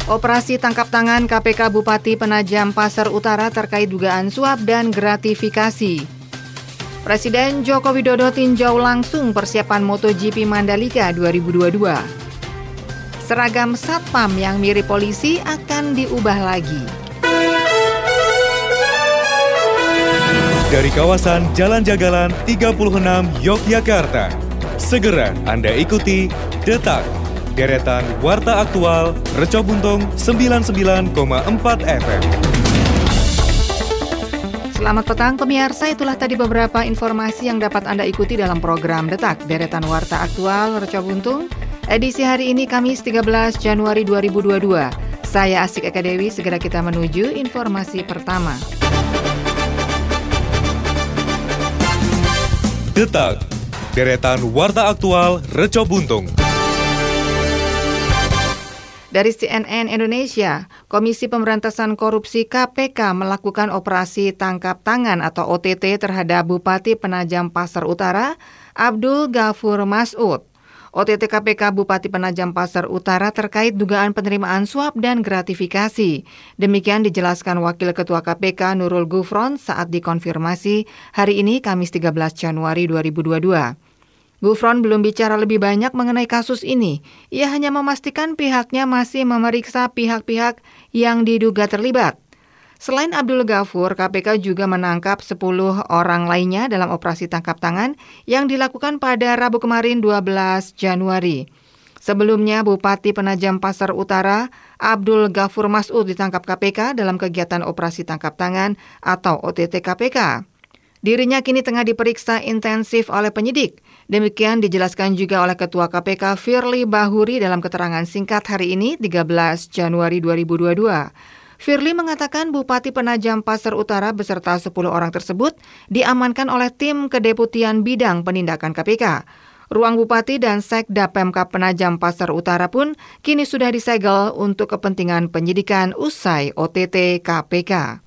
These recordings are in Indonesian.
Operasi tangkap tangan KPK Bupati Penajam Pasar Utara terkait dugaan suap dan gratifikasi. Presiden Joko Widodo tinjau langsung persiapan MotoGP Mandalika 2022. Seragam satpam yang mirip polisi akan diubah lagi. Dari kawasan Jalan Jagalan 36 Yogyakarta, segera Anda ikuti Detak, deretan Warta Aktual Reco Buntung 99,4 FM. Selamat petang pemirsa, itulah tadi beberapa informasi yang dapat Anda ikuti dalam program Detak, deretan Warta Aktual Reco Buntung, edisi hari ini Kamis 13 Januari 2022. Saya Asik Eka Dewi, segera kita menuju informasi pertama. Detak, deretan Warta Aktual Reco Buntung. Dari CNN Indonesia, Komisi Pemberantasan Korupsi KPK melakukan operasi tangkap tangan atau OTT terhadap Bupati Penajam Pasar Utara, Abdul Ghafur Mas'ud. OTT KPK Bupati Penajam Pasar Utara terkait dugaan penerimaan suap dan gratifikasi. Demikian dijelaskan Wakil Ketua KPK Nurul Gufron saat dikonfirmasi hari ini Kamis 13 Januari 2022. Gufron belum bicara lebih banyak mengenai kasus ini. Ia hanya memastikan pihaknya masih memeriksa pihak-pihak yang diduga terlibat. Selain Abdul Ghafur, KPK juga menangkap 10 orang lainnya dalam operasi tangkap tangan yang dilakukan pada Rabu kemarin 12 Januari. Sebelumnya, Bupati Penajam Pasar Utara, Abdul Ghafur Mas'ud ditangkap KPK dalam kegiatan operasi tangkap tangan atau OTT KPK. Dirinya kini tengah diperiksa intensif oleh penyidik. Demikian dijelaskan juga oleh Ketua KPK Firly Bahuri dalam keterangan singkat hari ini 13 Januari 2022. Firly mengatakan Bupati Penajam Pasar Utara beserta 10 orang tersebut diamankan oleh tim Kedeputian Bidang Penindakan KPK. Ruang Bupati dan Sekda Pemkab Penajam Pasar Utara pun kini sudah disegel untuk kepentingan penyidikan usai OTT KPK.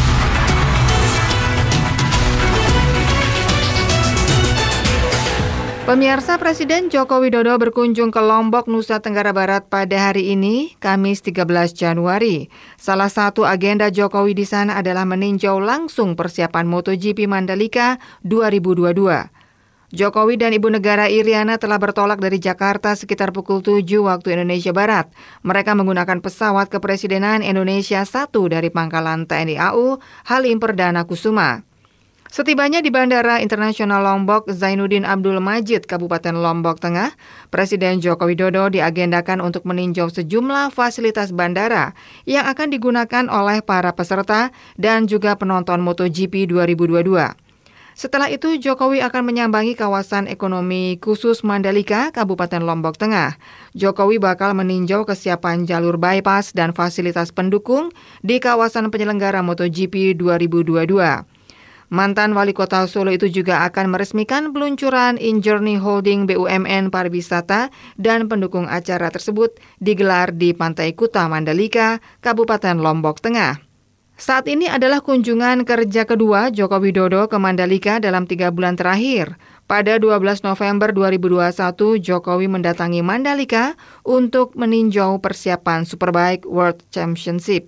Pemirsa, Presiden Joko Widodo berkunjung ke Lombok, Nusa Tenggara Barat pada hari ini, Kamis 13 Januari. Salah satu agenda Jokowi di sana adalah meninjau langsung persiapan MotoGP Mandalika 2022. Jokowi dan Ibu Negara Iriana telah bertolak dari Jakarta sekitar pukul 7 waktu Indonesia Barat. Mereka menggunakan pesawat Kepresidenan Indonesia 1 dari Pangkalan TNI AU Halim Perdana Kusuma. Setibanya di Bandara Internasional Lombok Zainuddin Abdul Majid, Kabupaten Lombok Tengah, Presiden Joko Widodo diagendakan untuk meninjau sejumlah fasilitas bandara yang akan digunakan oleh para peserta dan juga penonton MotoGP 2022. Setelah itu, Jokowi akan menyambangi kawasan ekonomi khusus Mandalika, Kabupaten Lombok Tengah. Jokowi bakal meninjau kesiapan jalur bypass dan fasilitas pendukung di kawasan penyelenggara MotoGP 2022. Mantan Wali Kota Solo itu juga akan meresmikan peluncuran InJourney Holding BUMN Pariwisata dan pendukung acara tersebut digelar di Pantai Kuta Mandalika, Kabupaten Lombok Tengah. Saat ini adalah kunjungan kerja kedua Joko Widodo ke Mandalika dalam 3 bulan terakhir. Pada 12 November 2021, Jokowi mendatangi Mandalika untuk meninjau persiapan Superbike World Championship.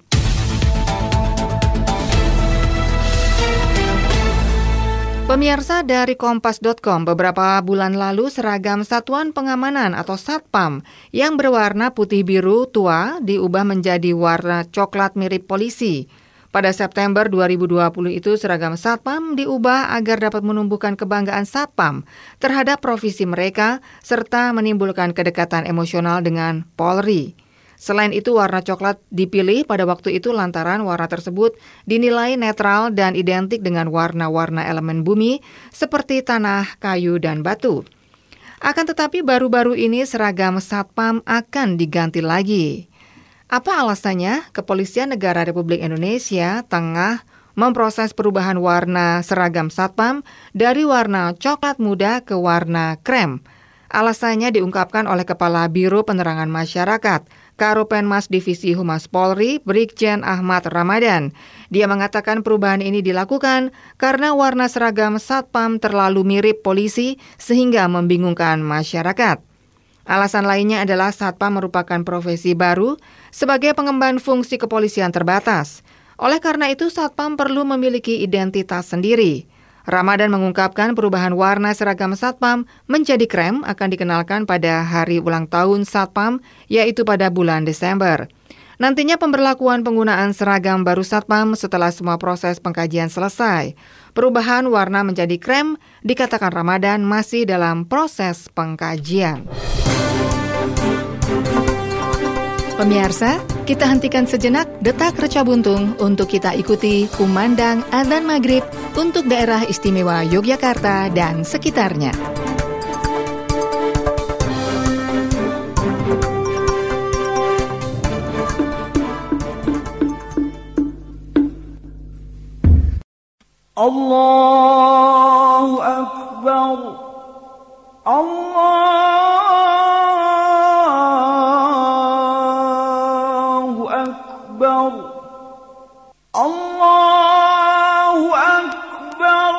Pemirsa, dari Kompas.com, beberapa bulan lalu seragam Satuan Pengamanan atau Satpam yang berwarna putih biru tua diubah menjadi warna coklat mirip polisi. Pada September 2020 itu seragam Satpam diubah agar dapat menumbuhkan kebanggaan Satpam terhadap profesi mereka serta menimbulkan kedekatan emosional dengan Polri. Selain itu, warna coklat dipilih pada waktu itu lantaran warna tersebut dinilai netral dan identik dengan warna-warna elemen bumi seperti tanah, kayu, dan batu. Akan tetapi baru-baru ini seragam Satpam akan diganti lagi. Apa alasannya? Kepolisian Negara Republik Indonesia tengah memproses perubahan warna seragam Satpam dari warna coklat muda ke warna krem. Alasannya diungkapkan oleh Kepala Biro Penerangan Masyarakat, Karopenmas Divisi Humas Polri, Brigjen Ahmad Ramadan. Dia mengatakan perubahan ini dilakukan karena warna seragam Satpam terlalu mirip polisi sehingga membingungkan masyarakat. Alasan lainnya adalah Satpam merupakan profesi baru sebagai pengemban fungsi kepolisian terbatas. Oleh karena itu, Satpam perlu memiliki identitas sendiri. Ramadan mengungkapkan perubahan warna seragam Satpam menjadi krem akan dikenalkan pada hari ulang tahun Satpam, yaitu pada bulan Desember. Nantinya pemberlakuan penggunaan seragam baru Satpam setelah semua proses pengkajian selesai. Perubahan warna menjadi krem dikatakan Ramadan masih dalam proses pengkajian. Pemirsa, kita hentikan sejenak detak Reca Buntung untuk kita ikuti kumandang adzan maghrib untuk daerah istimewa Yogyakarta dan sekitarnya. Allahu Akbar, Allahu Akbar, Allahu Akbar,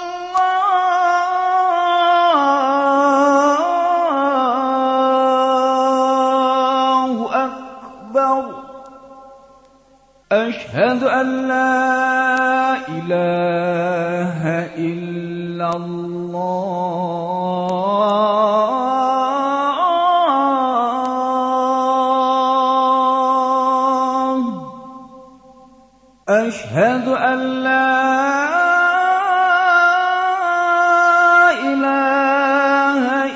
Allahu Akbar. Asyhadu an la ilaha illallah. Asyhadu an la ilaha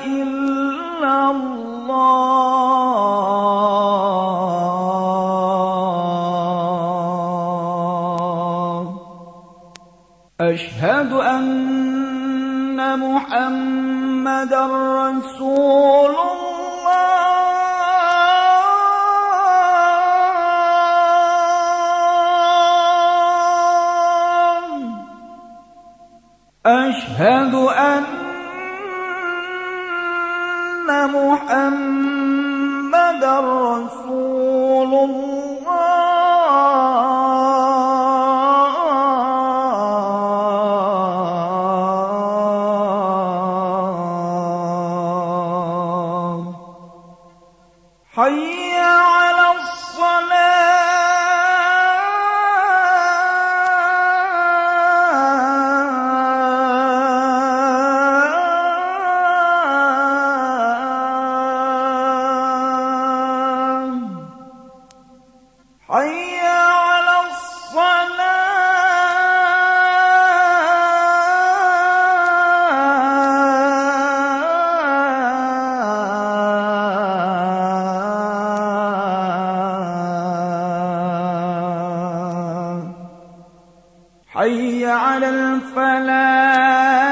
illallah. Asyhadu anna Muhammadar Rasulullah. Asyhadu anna Muhammadar Rasulullah. Hayya 'alas salah. Hayya 'alas salah. Hayya 'alal falah.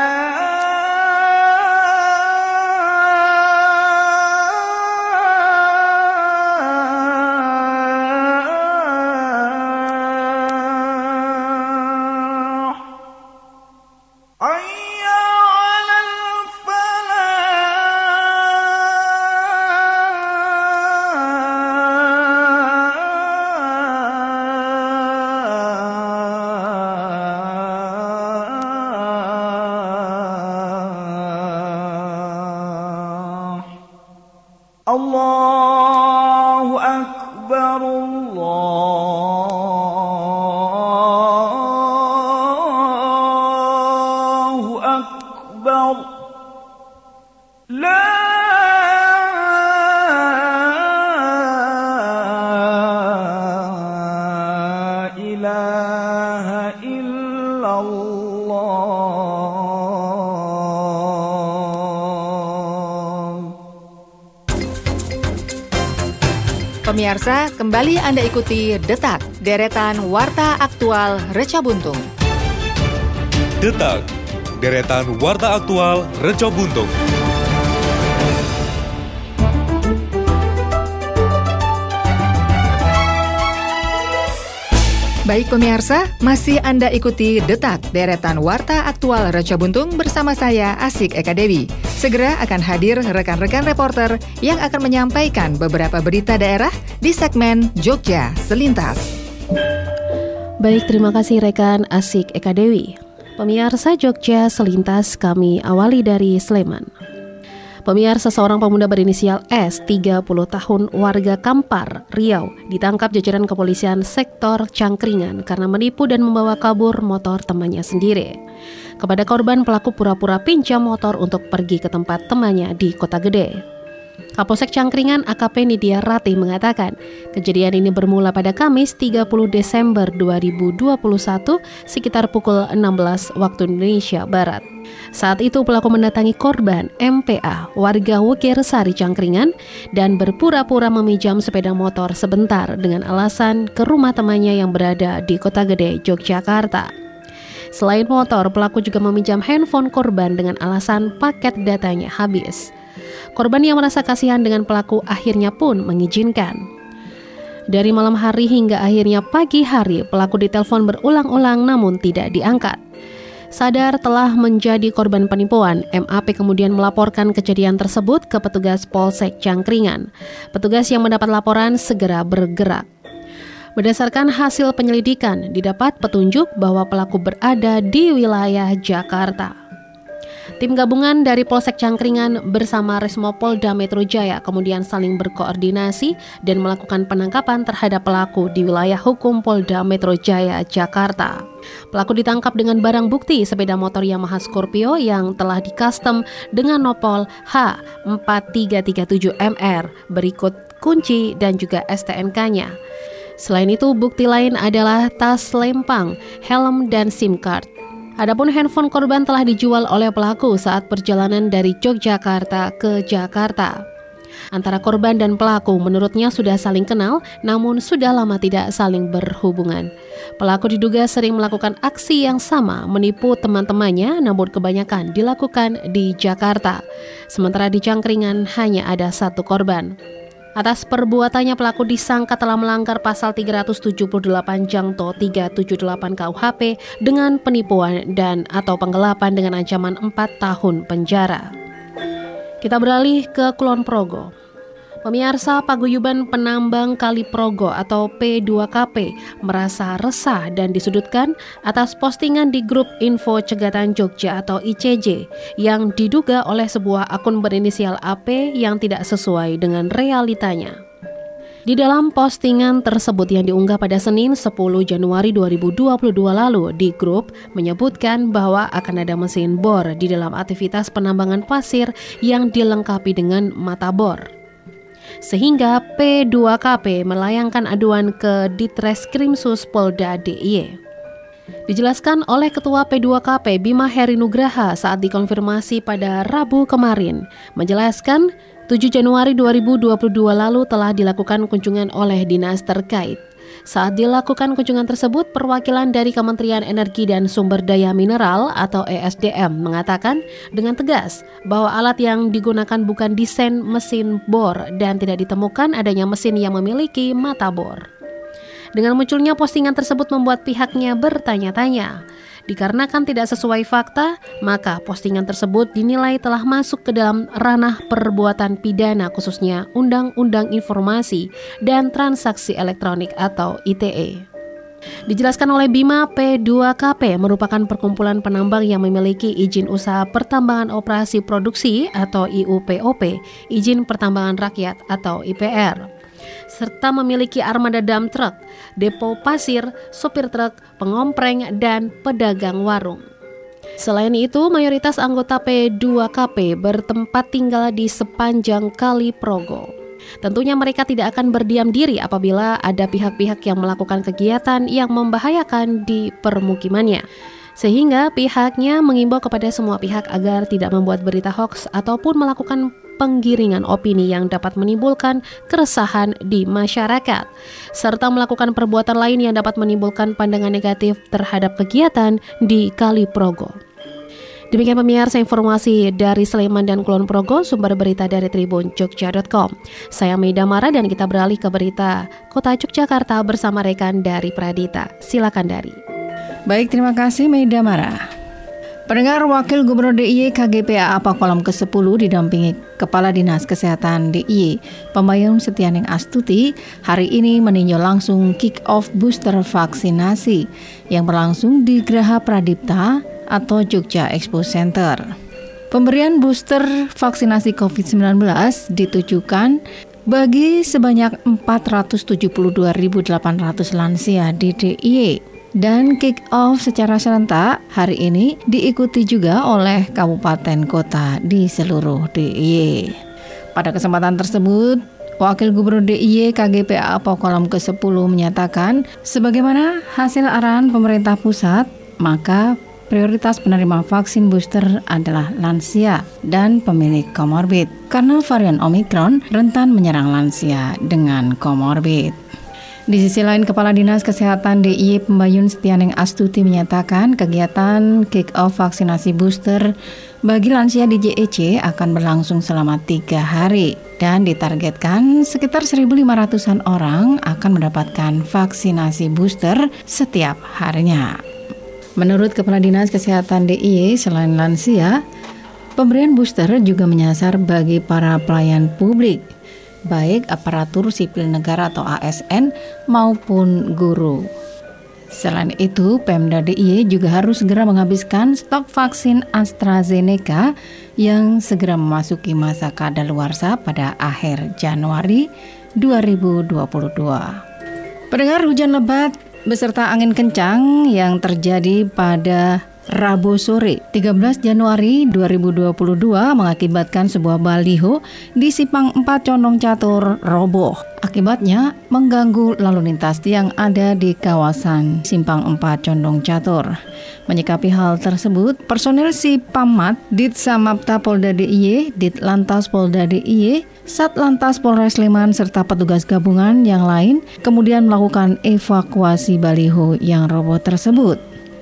Allahu Akbar, Allahu Akbar. La ilaha illallah. Pemirsa, kembali Anda ikuti Detak, deretan Warta Aktual Reca Buntung. Detak, deretan Warta Aktual Reca Buntung. Baik pemirsa, masih Anda ikuti Detak, deretan Warta Aktual Reca Buntung bersama saya, Asik Eka Dewi. Segera akan hadir rekan-rekan reporter yang akan menyampaikan beberapa berita daerah di segmen Jogja Selintas. Baik, terima kasih rekan Asik Eka Dewi. Pemirsa Jogja Selintas kami awali dari Sleman. Pemirsa, seorang pemuda berinisial S, 30 tahun, warga Kampar, Riau, ditangkap jajaran kepolisian sektor Cangkringan karena menipu dan membawa kabur motor temannya sendiri. Kepada korban, pelaku pura-pura pinjam motor untuk pergi ke tempat temannya di Kota Gede. Kapolsek Cangkringan AKP Nidia Rati mengatakan, kejadian ini bermula pada Kamis 30 Desember 2021 sekitar pukul 16 waktu Indonesia Barat. Saat itu pelaku mendatangi korban MPA, warga Wukir Sari Cangkringan, dan berpura-pura meminjam sepeda motor sebentar dengan alasan ke rumah temannya yang berada di Kota Gede, Yogyakarta. Selain motor, pelaku juga meminjam handphone korban dengan alasan paket datanya habis. Korban yang merasa kasihan dengan pelaku akhirnya pun mengizinkan. Dari malam hari hingga akhirnya pagi hari, pelaku ditelepon berulang-ulang namun tidak diangkat. Sadar telah menjadi korban penipuan, MAP kemudian melaporkan kejadian tersebut ke petugas Polsek Cangkringan. Petugas yang mendapat laporan segera bergerak. Berdasarkan hasil penyelidikan, didapat petunjuk bahwa pelaku berada di wilayah Jakarta. Tim gabungan dari Polsek Cangkringan bersama Resmo Polda Metro Jaya kemudian saling berkoordinasi dan melakukan penangkapan terhadap pelaku di wilayah hukum Polda Metro Jaya, Jakarta. Pelaku ditangkap dengan barang bukti sepeda motor Yamaha Scorpio yang telah di-custom dengan nopol H4337MR berikut kunci dan juga STNK-nya. Selain itu, bukti lain adalah tas lempang, helm, dan SIM card. Adapun handphone korban telah dijual oleh pelaku saat perjalanan dari Yogyakarta ke Jakarta. Antara korban dan pelaku menurutnya sudah saling kenal, namun sudah lama tidak saling berhubungan. Pelaku diduga sering melakukan aksi yang sama, menipu teman-temannya, namun kebanyakan dilakukan di Jakarta. Sementara di Cangkringan hanya ada satu korban. Atas perbuatannya pelaku disangka telah melanggar pasal 378 Jangto 378 KUHP dengan penipuan dan atau penggelapan dengan ancaman 4 tahun penjara. Kita beralih ke Kulon Progo. Pemirsa, paguyuban penambang Kali Progo atau P2KP merasa resah dan disudutkan atas postingan di grup Info Cegatan Jogja atau ICJ yang diduga oleh sebuah akun berinisial AP yang tidak sesuai dengan realitanya. Di dalam postingan tersebut yang diunggah pada Senin 10 Januari 2022 lalu di grup menyebutkan bahwa akan ada mesin bor di dalam aktivitas penambangan pasir yang dilengkapi dengan mata bor. Sehingga P2KP melayangkan aduan ke Ditreskrimsus Polda DIY. Dijelaskan oleh Ketua P2KP Bima Heri Nugraha saat dikonfirmasi pada Rabu kemarin, menjelaskan 7 Januari 2022 lalu telah dilakukan kunjungan oleh dinas terkait. Saat dilakukan kunjungan tersebut, perwakilan dari Kementerian Energi dan Sumber Daya Mineral atau ESDM mengatakan dengan tegas bahwa alat yang digunakan bukan desain mesin bor dan tidak ditemukan adanya mesin yang memiliki mata bor. Dengan munculnya postingan tersebut membuat pihaknya bertanya-tanya. Dikarenakan tidak sesuai fakta, maka postingan tersebut dinilai telah masuk ke dalam ranah perbuatan pidana khususnya Undang-Undang Informasi dan Transaksi Elektronik atau ITE. Dijelaskan oleh Bima, P2KP merupakan perkumpulan penambang yang memiliki izin usaha pertambangan operasi produksi atau IUPOP, izin pertambangan rakyat atau IPR, serta memiliki armada dump truck, depo pasir, sopir truk, pengompreng, dan pedagang warung. Selain itu, mayoritas anggota P2KP bertempat tinggal di sepanjang Kali Progo. Tentunya mereka tidak akan berdiam diri apabila ada pihak-pihak yang melakukan kegiatan yang membahayakan di permukimannya. Sehingga pihaknya mengimbau kepada semua pihak agar tidak membuat berita hoaks ataupun melakukan penggiringan opini yang dapat menimbulkan keresahan di masyarakat, serta melakukan perbuatan lain yang dapat menimbulkan pandangan negatif terhadap kegiatan di Kali Progo. Demikian pemirsa informasi dari Sleman dan Kulon Progo, sumber berita dari tribunjogja.com. Saya Maida Mara dan kita beralih ke berita Kota Yogyakarta bersama rekan dari Pradita. Silakan Dari. Baik, terima kasih Maida Mara. Pendengar, Wakil Gubernur DIY KGPA Kolom ke-10 didampingi Kepala Dinas Kesehatan DIY Pembayun Setianing Astuti hari ini meninjau langsung kick-off booster vaksinasi yang berlangsung di Geraha Pradipta atau Jogja Expo Center. Pemberian booster vaksinasi COVID-19 ditujukan bagi sebanyak 472.800 lansia di DIY. Dan kick-off secara serentak hari ini diikuti juga oleh kabupaten kota di seluruh DIY. Pada kesempatan tersebut, Wakil Gubernur DIY KGPA Pokolom ke-10 menyatakan, sebagaimana hasil arahan pemerintah pusat, maka prioritas penerima vaksin booster adalah lansia dan pemilik komorbid, karena varian Omikron rentan menyerang lansia dengan komorbid. Di sisi lain, Kepala Dinas Kesehatan DIY Pembayun Setianing Astuti menyatakan kegiatan kick-off vaksinasi booster bagi lansia di JEC akan berlangsung selama 3 hari dan ditargetkan sekitar 1.500-an orang akan mendapatkan vaksinasi booster setiap harinya. Menurut Kepala Dinas Kesehatan DIY, selain lansia, pemberian booster juga menyasar bagi para pelayan publik, baik aparatur sipil negara atau ASN maupun guru. Selain itu, Pemda DIY juga harus segera menghabiskan stok vaksin AstraZeneca yang segera memasuki masa kadaluarsa pada akhir Januari 2022. Pendengar, hujan lebat beserta angin kencang yang terjadi pada Rabu sore 13 Januari 2022 mengakibatkan sebuah baliho di Simpang 4 Condong Catur roboh. Akibatnya mengganggu lalu lintas yang ada di kawasan Simpang 4 Condong Catur. Menyikapi hal tersebut, personel Sipamat, Ditsamapta Polda DIY, Ditlantas Polda DIY, Satlantas Polres Sleman serta petugas gabungan yang lain kemudian melakukan evakuasi baliho yang roboh tersebut.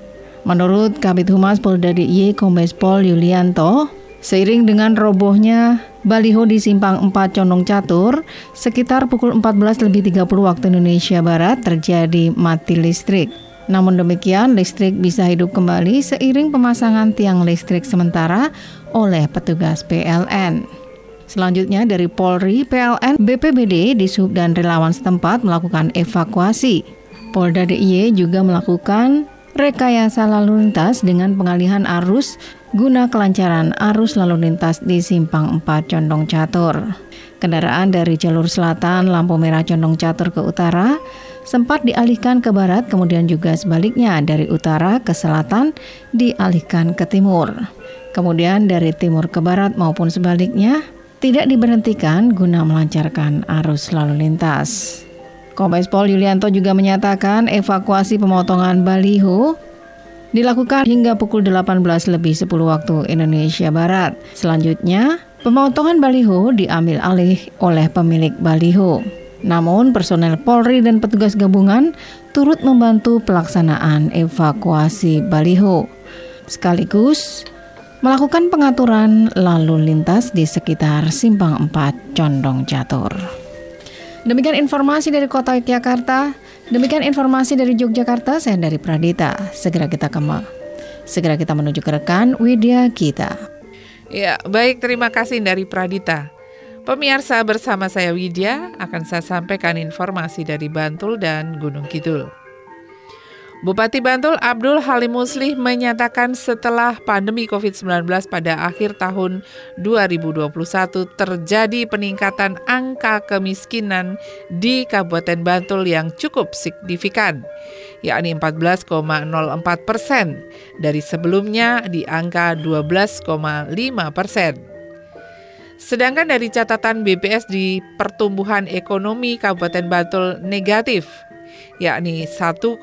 Menurut Kabid Humas Polda DIY Kombes Pol Yulianto, seiring dengan robohnya baliho di Simpang 4 Condong Catur, sekitar pukul 14.30 waktu Indonesia Barat terjadi mati listrik. Namun demikian, listrik bisa hidup kembali seiring pemasangan tiang listrik sementara oleh petugas PLN. Selanjutnya dari Polri, PLN, BPBD, Dishub dan relawan setempat melakukan evakuasi. Polda DIY juga melakukan rekayasa lalu lintas dengan pengalihan arus guna kelancaran arus lalu lintas di Simpang 4 Condong Catur. Kendaraan dari jalur selatan lampu merah Condong Catur ke utara sempat dialihkan ke barat, kemudian juga sebaliknya dari utara ke selatan dialihkan ke timur. Kemudian dari timur ke barat maupun sebaliknya tidak diberhentikan guna melancarkan arus lalu lintas. Kombes Pol Yulianto juga menyatakan evakuasi pemotongan baliho dilakukan hingga pukul 18.10 waktu Indonesia Barat. Selanjutnya, pemotongan baliho diambil alih oleh pemilik baliho. Namun, personel Polri dan petugas gabungan turut membantu pelaksanaan evakuasi baliho, sekaligus melakukan pengaturan lalu lintas di sekitar Simpang 4 Condong Catur. Demikian informasi dari Kota Yogyakarta. Demikian informasi dari Yogyakarta. Saya dari Pradita. Segera kita menuju ke rekan Widya Gita. Ya, baik, terima kasih dari Pradita. Pemirsa, bersama saya Widya akan saya sampaikan informasi dari Bantul dan Gunung Kidul. Bupati Bantul Abdul Halim Muslih menyatakan setelah pandemi COVID-19 pada akhir tahun 2021 terjadi peningkatan angka kemiskinan di Kabupaten Bantul yang cukup signifikan, yakni 14,04% dari sebelumnya di angka 12,5%. Sedangkan dari catatan BPS di pertumbuhan ekonomi Kabupaten Bantul negatif, yakni 1,66%.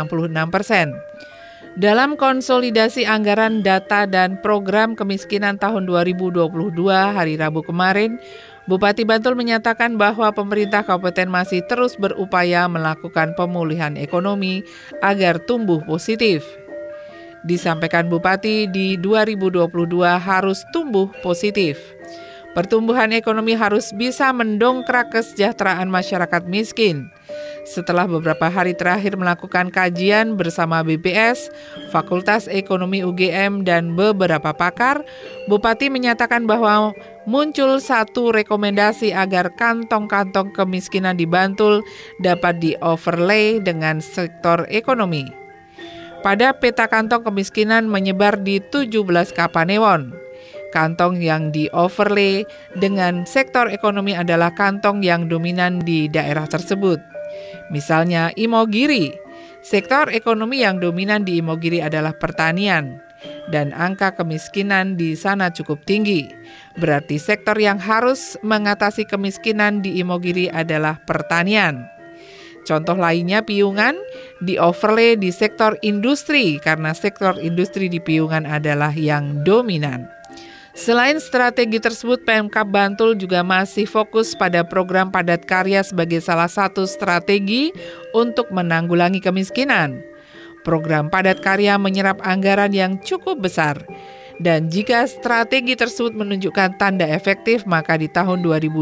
Dalam konsolidasi anggaran data dan program kemiskinan tahun 2022 hari Rabu kemarin, Bupati Bantul menyatakan bahwa pemerintah kabupaten masih terus berupaya melakukan pemulihan ekonomi agar tumbuh positif. Disampaikan Bupati, di 2022 harus tumbuh positif. Pertumbuhan ekonomi harus bisa mendongkrak kesejahteraan masyarakat miskin. Setelah beberapa hari terakhir melakukan kajian bersama BPS, Fakultas Ekonomi UGM, dan beberapa pakar, Bupati menyatakan bahwa muncul satu rekomendasi agar kantong-kantong kemiskinan di Bantul dapat di-overlay dengan sektor ekonomi. Pada peta kantong kemiskinan menyebar di 17 Kapanewon. Kantong yang di-overlay dengan sektor ekonomi adalah kantong yang dominan di daerah tersebut. Misalnya Imogiri. Sektor ekonomi yang dominan di Imogiri adalah pertanian. Dan angka kemiskinan di sana cukup tinggi. Berarti sektor yang harus mengatasi kemiskinan di Imogiri adalah pertanian. Contoh lainnya Piungan di-overlay di sektor industri karena sektor industri di Piungan adalah yang dominan. Selain strategi tersebut, Pemkab Bantul juga masih fokus pada program padat karya sebagai salah satu strategi untuk menanggulangi kemiskinan. Program padat karya menyerap anggaran yang cukup besar. Dan jika strategi tersebut menunjukkan tanda efektif, maka di tahun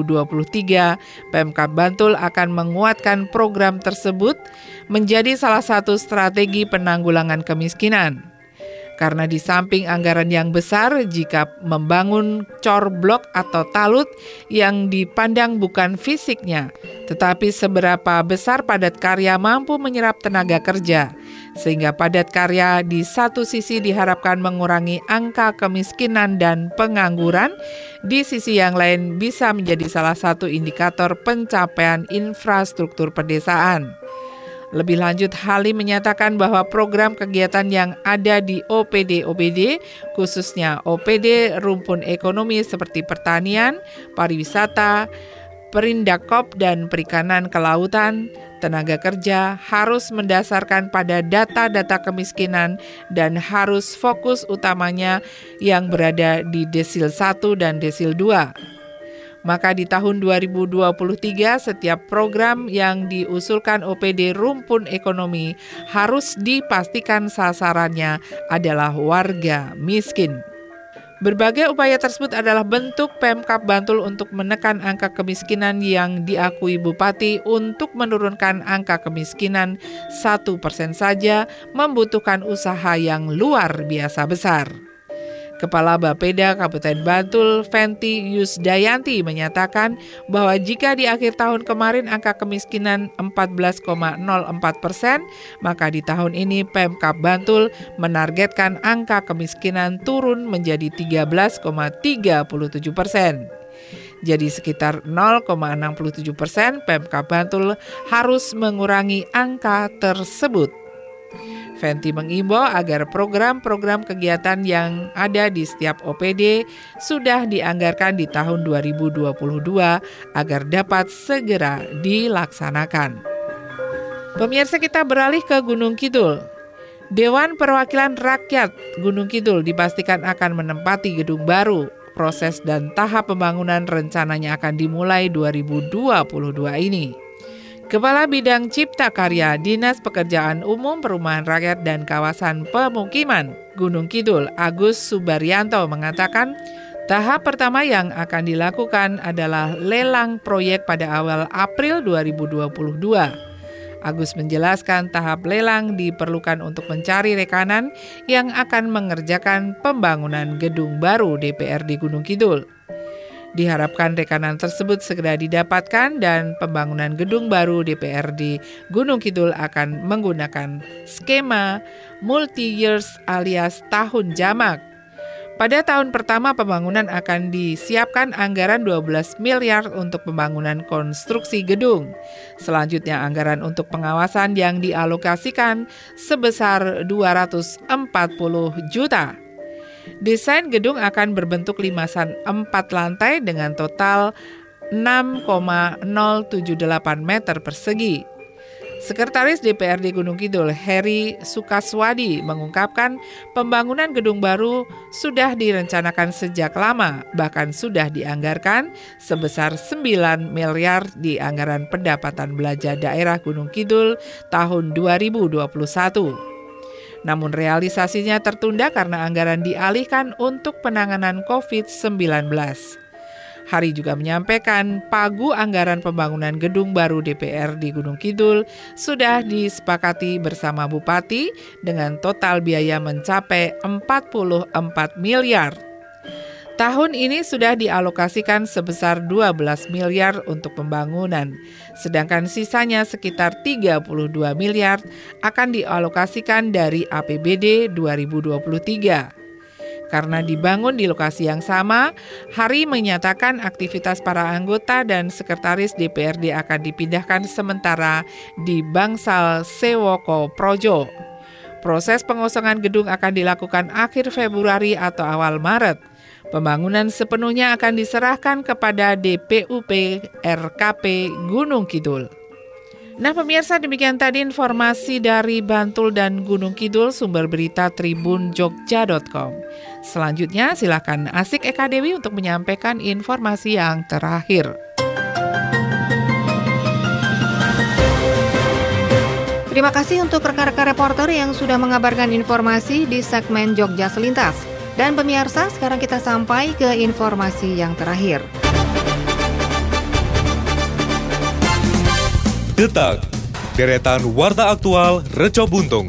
2023, Pemkab Bantul akan menguatkan program tersebut menjadi salah satu strategi penanggulangan kemiskinan. Karena di samping anggaran yang besar, jika membangun cor blok atau talut yang dipandang bukan fisiknya, tetapi seberapa besar padat karya mampu menyerap tenaga kerja, sehingga padat karya di satu sisi diharapkan mengurangi angka kemiskinan dan pengangguran, di sisi yang lain bisa menjadi salah satu indikator pencapaian infrastruktur pedesaan. Lebih lanjut, Halim menyatakan bahwa program kegiatan yang ada di OPD, khususnya OPD rumpun ekonomi seperti pertanian, pariwisata, perindakop, dan perikanan kelautan, tenaga kerja harus mendasarkan pada data-data kemiskinan dan harus fokus utamanya yang berada di desil 1 dan desil 2. Maka di tahun 2023 setiap program yang diusulkan OPD rumpun ekonomi harus dipastikan sasarannya adalah warga miskin. Berbagai upaya tersebut adalah bentuk Pemkab Bantul untuk menekan angka kemiskinan yang diakui Bupati untuk menurunkan angka kemiskinan 1% saja membutuhkan usaha yang luar biasa besar. Kepala Bapeda Kabupaten Bantul, Fenty Yusdayanti, menyatakan bahwa jika di akhir tahun kemarin angka kemiskinan 14,04%, maka di tahun ini Pemkab Bantul menargetkan angka kemiskinan turun menjadi 13,37%. Jadi sekitar 0,67% Pemkab Bantul harus mengurangi angka tersebut. Fenty mengimbau agar program-program kegiatan yang ada di setiap OPD sudah dianggarkan di tahun 2022 agar dapat segera dilaksanakan. Pemirsa, kita beralih ke Gunung Kidul. Dewan Perwakilan Rakyat Gunung Kidul dipastikan akan menempati gedung baru. Proses dan tahap pembangunan rencananya akan dimulai 2022 ini. Kepala Bidang Cipta Karya Dinas Pekerjaan Umum Perumahan Rakyat dan Kawasan Pemukiman Gunung Kidul, Agus Subaryanto, mengatakan tahap pertama yang akan dilakukan adalah lelang proyek pada awal April 2022. Agus menjelaskan tahap lelang diperlukan untuk mencari rekanan yang akan mengerjakan pembangunan gedung baru DPRD Gunung Kidul. Diharapkan rekanan tersebut segera didapatkan dan pembangunan gedung baru DPRD Gunung Kidul akan menggunakan skema multi-years alias tahun jamak. Pada tahun pertama pembangunan akan disiapkan anggaran 12 miliar untuk pembangunan konstruksi gedung. Selanjutnya anggaran untuk pengawasan yang dialokasikan sebesar 240 juta. Desain gedung akan berbentuk limasan 4 lantai dengan total 6,078 meter persegi. Sekretaris DPRD Gunung Kidul, Heri Sukaswadi, mengungkapkan pembangunan gedung baru sudah direncanakan sejak lama, bahkan sudah dianggarkan sebesar 9 miliar di anggaran pendapatan belanja daerah Gunung Kidul tahun 2021. Namun realisasinya tertunda karena anggaran dialihkan untuk penanganan COVID-19. Hari juga menyampaikan pagu anggaran pembangunan gedung baru DPR di Gunung Kidul sudah disepakati bersama Bupati dengan total biaya mencapai 44 miliar. Tahun ini sudah dialokasikan sebesar 12 miliar untuk pembangunan, sedangkan sisanya sekitar 32 miliar akan dialokasikan dari APBD 2023. Karena dibangun di lokasi yang sama, Hari menyatakan aktivitas para anggota dan sekretaris DPRD akan dipindahkan sementara di Bangsal Sewoko Projo. Proses pengosongan gedung akan dilakukan akhir Februari atau awal Maret. Pembangunan sepenuhnya akan diserahkan kepada DPUP RKP Gunung Kidul. Nah pemirsa, demikian tadi informasi dari Bantul dan Gunung Kidul, sumber berita tribunjogja.com. Selanjutnya silakan Asik Eka Dewi untuk menyampaikan informasi yang terakhir. Terima kasih untuk rekan-rekan reporter yang sudah mengabarkan informasi di segmen Jogja Selintas. Dan pemirsa, sekarang kita sampai ke informasi yang terakhir. Detak, deretan warta aktual Reco Buntung.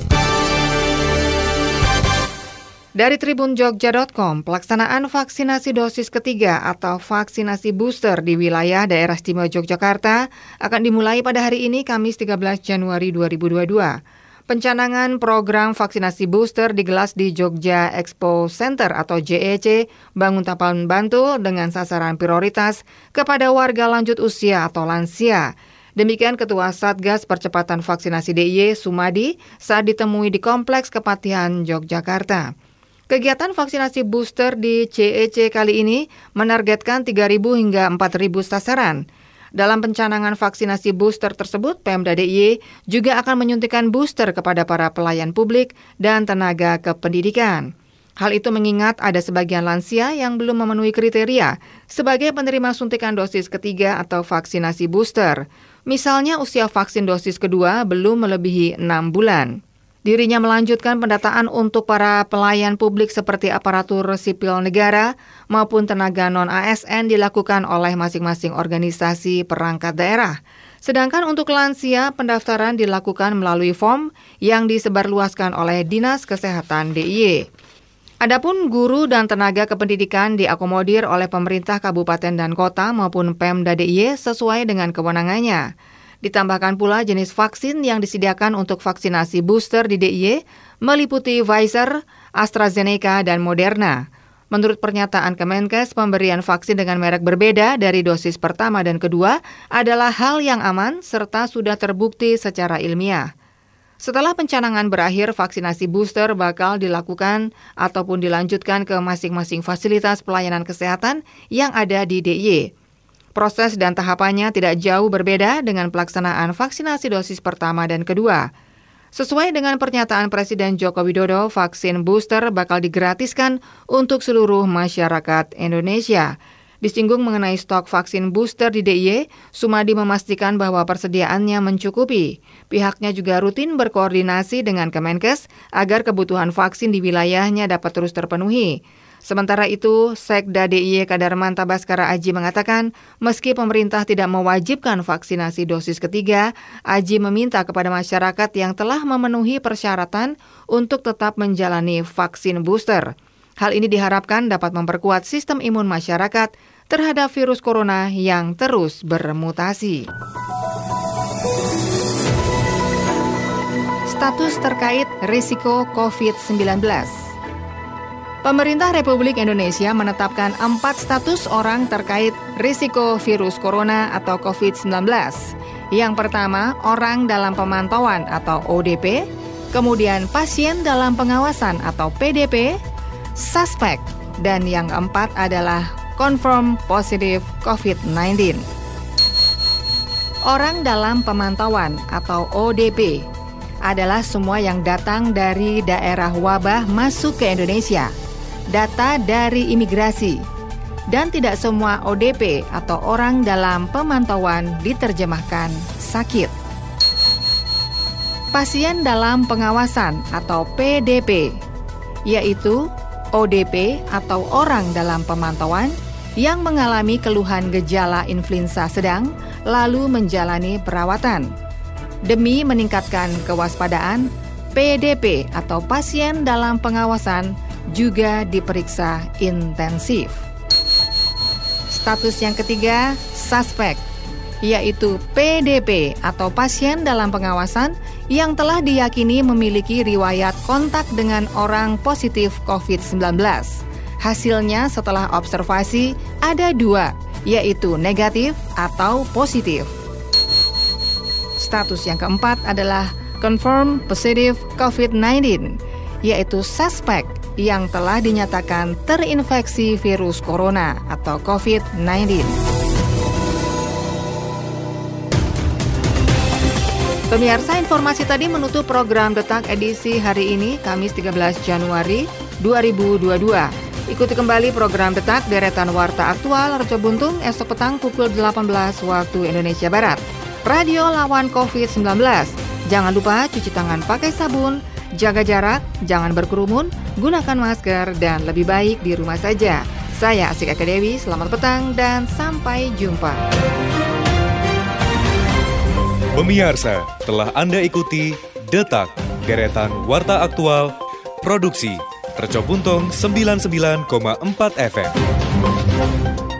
Dari tribunjogja.com, pelaksanaan vaksinasi dosis ketiga atau vaksinasi booster di wilayah daerah istimewa Yogyakarta akan dimulai pada hari ini, Kamis 13 Januari 2022. Pencanangan program vaksinasi booster digelar di Jogja Expo Center atau JEC, Banguntapan, Bantul dengan sasaran prioritas kepada warga lanjut usia atau lansia. Demikian Ketua Satgas Percepatan Vaksinasi DIY Sumadi saat ditemui di Kompleks Kepatihan Yogyakarta. Kegiatan vaksinasi booster di JEC kali ini menargetkan 3.000 hingga 4.000 sasaran. Dalam pencanangan vaksinasi booster tersebut, Pemda DIY juga akan menyuntikkan booster kepada para pelayan publik dan tenaga kependidikan. Hal itu mengingat ada sebagian lansia yang belum memenuhi kriteria sebagai penerima suntikan dosis ketiga atau vaksinasi booster. Misalnya usia vaksin dosis kedua belum melebihi 6 bulan. Dirinya melanjutkan pendataan untuk para pelayan publik seperti aparatur sipil negara maupun tenaga non-ASN dilakukan oleh masing-masing organisasi perangkat daerah. Sedangkan untuk lansia, pendaftaran dilakukan melalui form yang disebarluaskan oleh Dinas Kesehatan DIY. Adapun guru dan tenaga kependidikan diakomodir oleh pemerintah kabupaten dan kota maupun Pemda DIY sesuai dengan kewenangannya. Ditambahkan pula jenis vaksin yang disediakan untuk vaksinasi booster di DIY meliputi Pfizer, AstraZeneca, dan Moderna. Menurut pernyataan Kemenkes, pemberian vaksin dengan merek berbeda dari dosis pertama dan kedua adalah hal yang aman serta sudah terbukti secara ilmiah. Setelah pencanangan berakhir, vaksinasi booster bakal dilakukan ataupun dilanjutkan ke masing-masing fasilitas pelayanan kesehatan yang ada di DIY. Proses dan tahapannya tidak jauh berbeda dengan pelaksanaan vaksinasi dosis pertama dan kedua. Sesuai dengan pernyataan Presiden Joko Widodo, vaksin booster bakal digratiskan untuk seluruh masyarakat Indonesia. Disinggung mengenai stok vaksin booster di DIY, Sumadi memastikan bahwa persediaannya mencukupi. Pihaknya juga rutin berkoordinasi dengan Kemenkes agar kebutuhan vaksin di wilayahnya dapat terus terpenuhi. Sementara itu, Sekda DIY Kadarmanta Baskara Aji mengatakan, meski pemerintah tidak mewajibkan vaksinasi dosis ketiga, Aji meminta kepada masyarakat yang telah memenuhi persyaratan untuk tetap menjalani vaksin booster. Hal ini diharapkan dapat memperkuat sistem imun masyarakat terhadap virus corona yang terus bermutasi. Status terkait risiko COVID-19. Pemerintah Republik Indonesia menetapkan 4 status orang terkait risiko virus corona atau COVID-19. Yang pertama, orang dalam pemantauan atau ODP, kemudian pasien dalam pengawasan atau PDP, suspek, dan yang keempat adalah confirm positif COVID-19. Orang dalam pemantauan atau ODP adalah semua yang datang dari daerah wabah masuk ke Indonesia, data dari imigrasi, dan tidak semua ODP atau orang dalam pemantauan diterjemahkan sakit. Pasien dalam pengawasan atau PDP, yaitu ODP atau orang dalam pemantauan yang mengalami keluhan gejala influenza sedang lalu menjalani perawatan. Demi meningkatkan kewaspadaan, PDP atau pasien dalam pengawasan juga diperiksa intensif. Status yang ketiga, suspek, yaitu PDP atau pasien dalam pengawasan yang telah diyakini memiliki riwayat kontak dengan orang positif COVID-19. Hasilnya setelah observasi ada 2, yaitu negatif atau positif. Status yang keempat adalah confirmed positive COVID-19, yaitu suspek yang telah dinyatakan terinfeksi virus corona atau COVID-19. Pemirsa, informasi tadi menutup program Detak edisi hari ini, Kamis 13 Januari 2022. Ikuti kembali program Detak deretan Warta Aktual Reco Buntung esok petang pukul 18 waktu Indonesia Barat. Radio lawan COVID-19. Jangan lupa cuci tangan pakai sabun, jaga jarak, jangan berkerumun, gunakan masker, dan lebih baik di rumah saja. Saya Asik Eka Dewi, selamat petang dan sampai jumpa. Pemirsa, telah Anda ikuti Detak, deretan Warta Aktual, produksi Reco Buntung 99,4 FM.